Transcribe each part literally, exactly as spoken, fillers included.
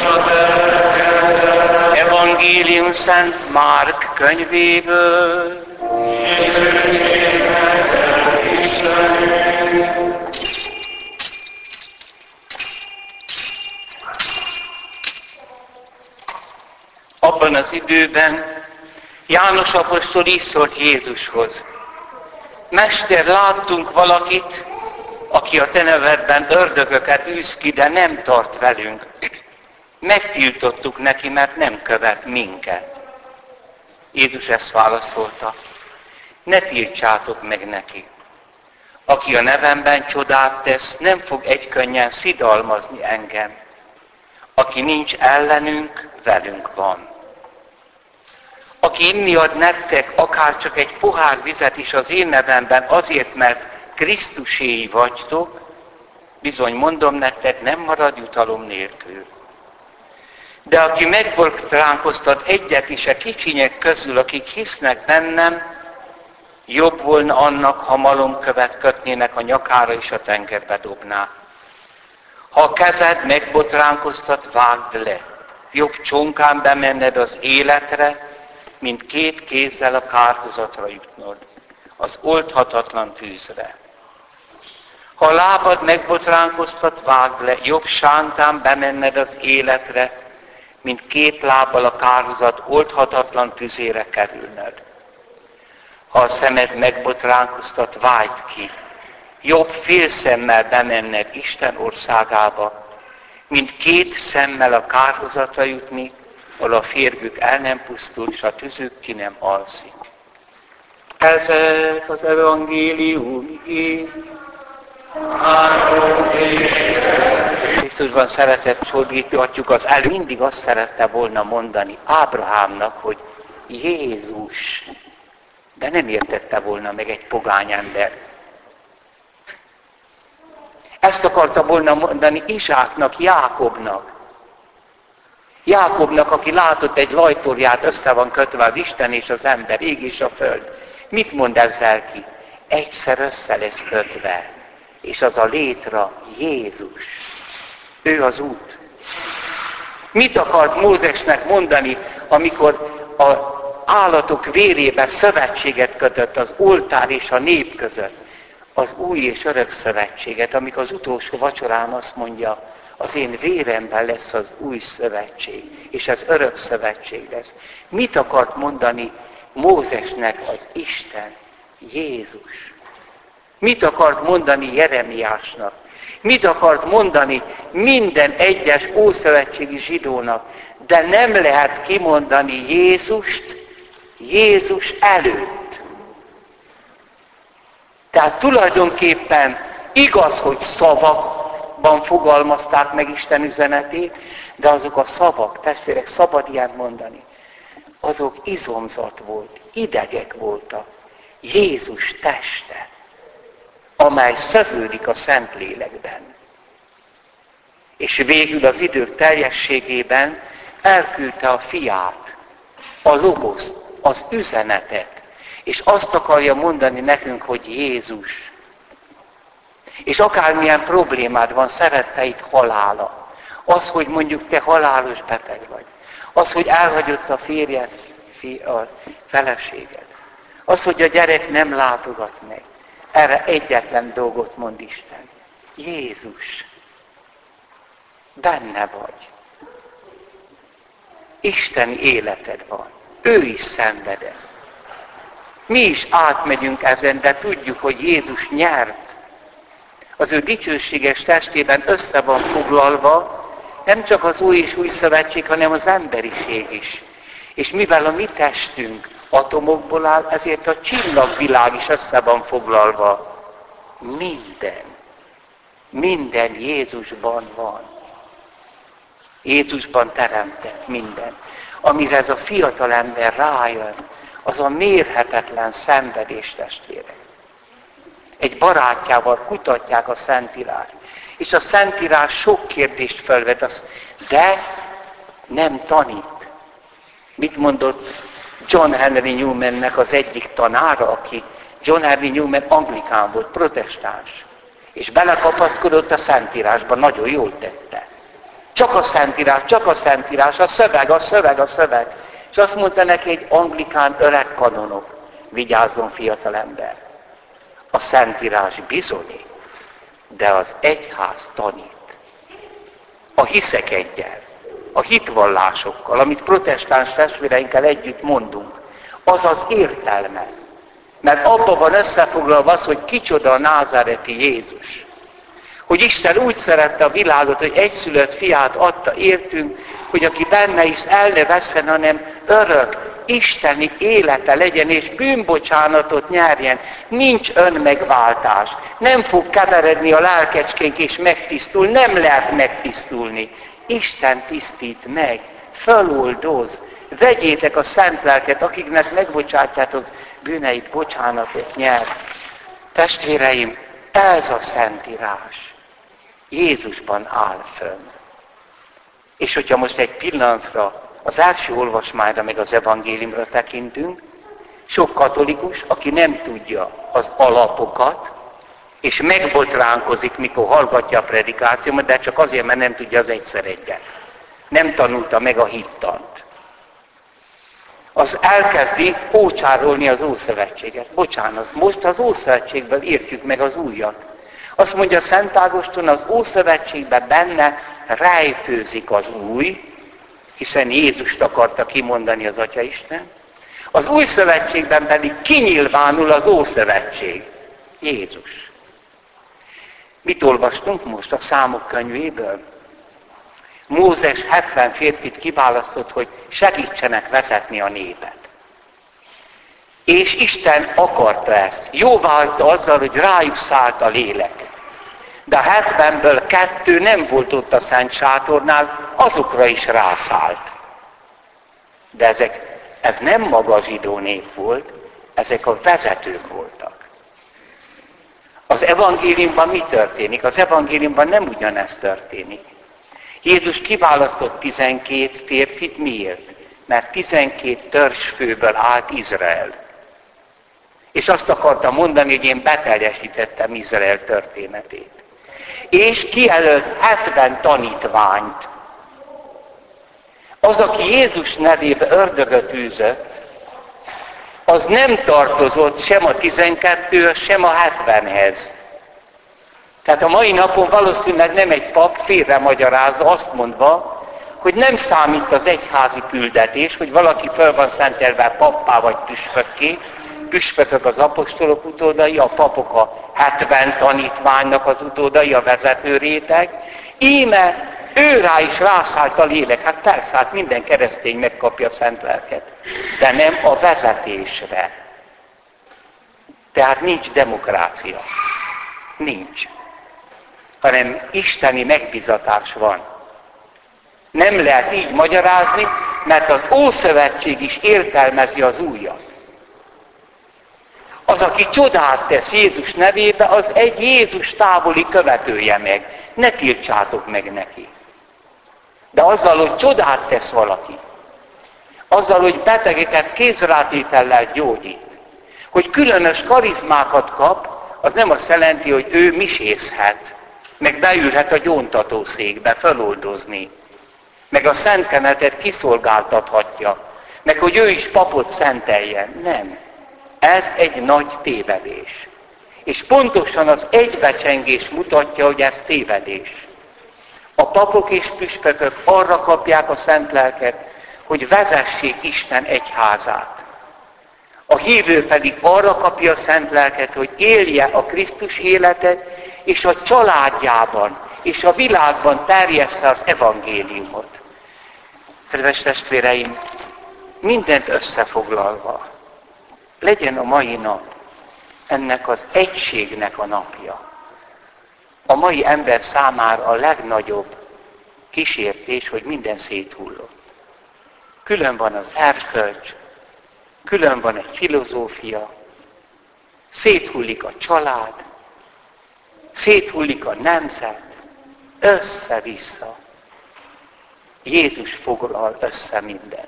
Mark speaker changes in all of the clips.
Speaker 1: Evangélium Szent Márk könyvéből. Abban az időben János apostol így szólt Jézushoz: Mester, láttunk valakit, aki a te nevedben ördögöket űz ki, de nem tart velünk. Megtiltottuk neki, mert nem követ minket. Jézus ezt válaszolta: ne tiltsátok meg neki. Aki a nevemben csodát tesz, nem fog egykönnyen szidalmazni engem. Aki nincs ellenünk, velünk van. Aki inni ad nektek akár csak egy pohár vizet is az én nevemben azért, mert Krisztuséi vagytok, bizony mondom nektek, nem marad jutalom nélkül. De aki megbotránkoztat egyet is a kicsinyek közül, akik hisznek bennem, jobb volna annak, ha malomkövet kötnének a nyakára és a tengerbe dobnák. Ha a kezed megbotránkoztat, vágd le. Jobb csonkán bemenned az életre, mint két kézzel a kárhozatra jutnod, az oldhatatlan tűzre. Ha a lábad megbotránkoztat, vágd le. Jobb sántán bemenned az életre, mint két lábbal a kárhozat oldhatatlan tüzére kerülned. Ha a szemed megbotránkoztat, vágd ki. Jobb fél szemmel bemenned Isten országába, mint két szemmel a kárhozatra jutni, ahol a férgük el nem pusztul, és a tüzük ki nem alszik. Ezek az evangélium igény. Krisztusban szeretett sordíthatjuk az elő, mindig azt szerette volna mondani Ábrahámnak, hogy Jézus, de nem értette volna meg egy pogány ember. Ezt akarta volna mondani Izsáknak, Jákobnak. Jákobnak, aki látott egy lajtorját, össze van kötve az Isten és az ember, ég és a föld. Mit mond ezzel ki? Egyszer össze lesz kötve. És az a létra Jézus. Ő az út. Mit akart Mózesnek mondani, amikor az állatok vérébe szövetséget kötött az oltár és a nép között? Az új és örök szövetséget, amikor az utolsó vacsorán azt mondja, az én véremben lesz az új szövetség, és az örök szövetség lesz. Mit akart mondani Mózesnek az Isten? Jézus. Mit akart mondani Jeremiásnak? Mit akart mondani minden egyes ószövetségi zsidónak? De nem lehet kimondani Jézust Jézus előtt. Tehát tulajdonképpen igaz, hogy szavakban fogalmazták meg Isten üzenetét, de azok a szavak, testvérek, szabad ilyen mondani, azok izomzat volt, idegek voltak. Jézus teste, amely szövődik a Szentlélekben. És végül az idők teljességében elküldte a fiát, a logoszt, az üzenetet, és azt akarja mondani nekünk, hogy Jézus. És akármilyen problémád van, szeretteid halála, az, hogy mondjuk te halálos beteg vagy, az, hogy elhagyott a férjed, a feleséged, az, hogy a gyerek nem látogat meg, erre egyetlen dolgot mond Isten. Jézus. Benne vagy. Isteni életed van. Ő is szenvedett. Mi is átmegyünk ezen, de tudjuk, hogy Jézus nyert. Az ő dicsőséges testében össze van foglalva, nem csak az új és új szövetség, hanem az emberiség is. És mivel a mi testünk atomokból áll, ezért a csillagvilág is össze van foglalva. Minden. Minden Jézusban van. Jézusban teremtett minden. Amire ez a fiatal ember rájön, az a mérhetetlen szenvedés, testvérek. Egy barátjával kutatják a Szentírást. És a Szentírás sok kérdést felvet, az, de nem tanít. Mit mondott John Henry Newmannek az egyik tanára, aki John Henry Newman anglikán volt, protestáns. És belekapaszkodott a Szentírásba, nagyon jól tette. Csak a Szentírás, csak a Szentírás, a szöveg, a szöveg, a szöveg. És azt mondta neki egy anglikán öreg kanonok, vigyázzon fiatalember, a Szentírás bizonyít, de az egyház tanít. A hiszek egyel, a hitvallásokkal, amit protestáns testvéreinkkel együtt mondunk, az az értelme. Mert abban van összefoglalva az, hogy kicsoda a názáreti Jézus. Hogy Isten úgy szerette a világot, hogy egyszülött fiát adta értünk, hogy aki benne is el ne vesszen, hanem örök, isteni élete legyen, és bűnbocsánatot nyerjen. Nincs önmegváltás. Nem fog keveredni a lelkecskénk és megtisztul. Nem lehet megtisztulni. Isten tisztít meg, föloldoz. Vegyétek a szent lelket, akiknek megbocsátjátok bűneit, bocsánatot nyer. Testvéreim, ez a Szentírás. Jézusban áll fönn. És hogyha most egy pillanatra az első olvasmányra meg az evangéliumra tekintünk, sok katolikus, aki nem tudja az alapokat, és megbotránkozik, mikor hallgatja a predikációmat, de csak azért, mert nem tudja az egyszer egyet. Nem tanulta meg a hittant. Az elkezdi ócsárolni az Ószövetséget. Bocsánat, most az Ószövetségből értjük meg az újat. Azt mondja Szent Ágoston, az Ószövetségben benne rejtőzik az új, hiszen Jézust akarta kimondani az Atyaisten. Az Új Szövetségben pedig kinyilvánul az Ószövetség. Jézus. Mit olvastunk most a Számok könyvéből? Mózes hetven férfit kiválasztott, hogy segítsenek vezetni a népet. És Isten akarta ezt. Jóváhagyta azzal, hogy rájuk szállt a lélek. De a hetvenből kettő nem volt ott a Szent Sátornál, azokra is rászállt. De ezek, ez nem maga a zsidó nép volt, ezek a vezetők voltak. Az evangéliumban mi történik? Az evangéliumban nem ugyanez történik. Jézus kiválasztott tizenkét férfit, miért? Mert tizenkét törzsfőből állt Izrael. És azt akarta mondani, hogy én beteljesítettem Izrael történetét. És kijelölt hetven tanítványt. Az, aki Jézus nevébe ördögöt űzött, az nem tartozott sem a tizenkettőhöz, sem a hetvenhez. Tehát a mai napon valószínűleg nem egy pap félre magyarázza azt mondva, hogy nem számít az egyházi küldetés, hogy valaki föl van szentelve pappá vagy püspökké, püspökök az apostolok utódai, a papok a hetven tanítványnak az utódai, a vezető réteg. Íme ő rá is rászállt a lélek. Hát persze, hát minden keresztény megkapja a szent lelket, de nem a vezetésre. Tehát nincs demokrácia. Nincs. Hanem isteni megbizatás van. Nem lehet így magyarázni, mert az Ószövetség is értelmezi az újat. Az, aki csodát tesz Jézus nevébe, az egy Jézus távoli követője meg. Ne tiltsátok meg neki. De azzal, hogy csodát tesz valaki, azzal, hogy betegeket kézrátétellel gyógyít, hogy különös karizmákat kap, az nem azt jelenti, hogy ő misészhet, meg beülhet a gyóntatószékbe feloldozni, meg a szent kenetet kiszolgáltathatja, meg hogy ő is papot szenteljen. Nem. Ez egy nagy tévedés. És pontosan az egybecsengés mutatja, hogy ez tévedés. A papok és püspökök arra kapják a szent lelket, hogy vezessék Isten egyházát. A hívő pedig arra kapja a szent lelket, hogy élje a Krisztus életet, és a családjában, és a világban terjessze az evangéliumot. Kedves testvéreim, mindent összefoglalva, legyen a mai nap ennek az egységnek a napja. A mai ember számára a legnagyobb kísértés, hogy minden széthullott. Külön van az erkölcs, külön van egy filozófia, széthullik a család, széthullik a nemzet, össze-vissza. Jézus foglal össze mindent.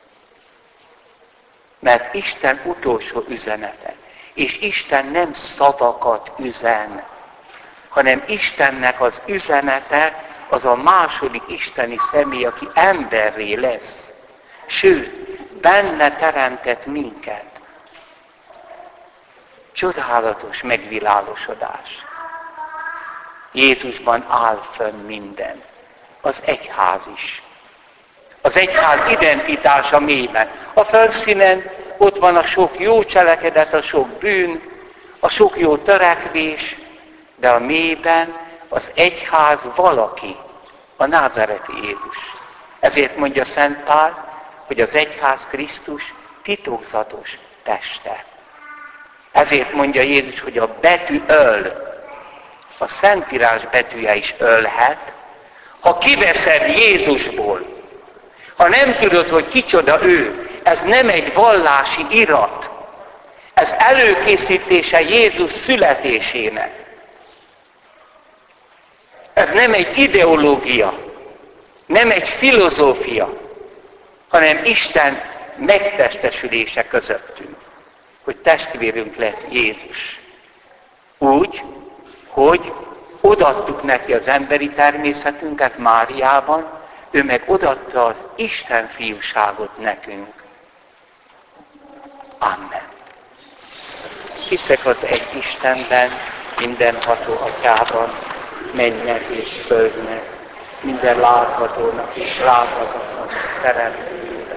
Speaker 1: Mert Isten utolsó üzenete, és Isten nem szavakat üzen, hanem Istennek az üzenete az a második isteni személy, aki emberré lesz. Sőt, benne teremtett minket. Csodálatos megvilágosodás. Jézusban áll fönn minden. Az egyház is. Az egyház identitása mélyben. A felszínen ott van a sok jó cselekedet, a sok bűn, a sok jó törekvés, de a mélyben az egyház valaki, a názáreti Jézus. Ezért mondja Szent Pál, hogy az egyház Krisztus titokzatos teste. Ezért mondja Jézus, hogy a betű öl, a Szentírás betűje is ölhet, ha kiveszed Jézusból. Ha nem tudod, hogy kicsoda ő, ez nem egy vallási irat. Ez előkészítése Jézus születésének. Ez nem egy ideológia, nem egy filozófia, hanem Isten megtestesülése közöttünk, hogy testvérünk lett Jézus. Úgy, hogy odaadtuk neki az emberi természetünket Máriában, ő meg odaadta az Isten fiúságot nekünk. Amen. Hiszek az egy Istenben, mindenható Atyában, mennynek és földnek, minden láthatónak és láthatatlannak teremtőjében.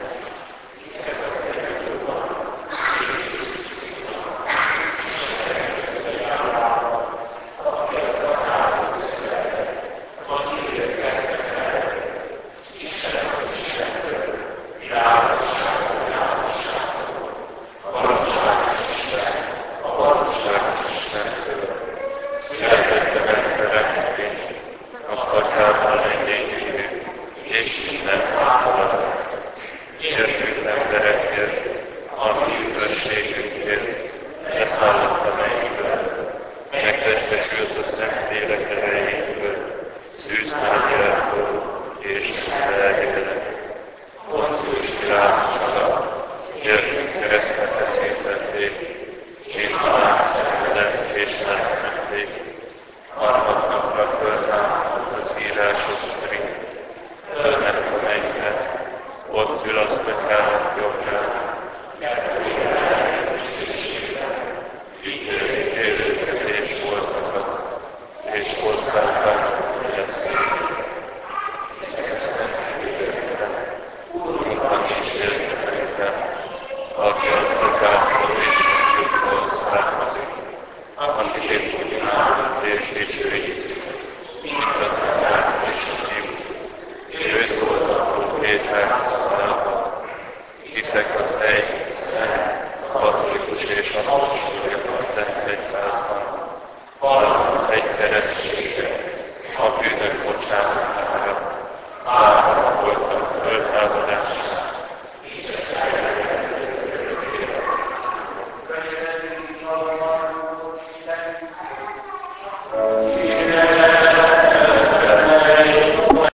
Speaker 2: Ott ül az Atyának jobbnál,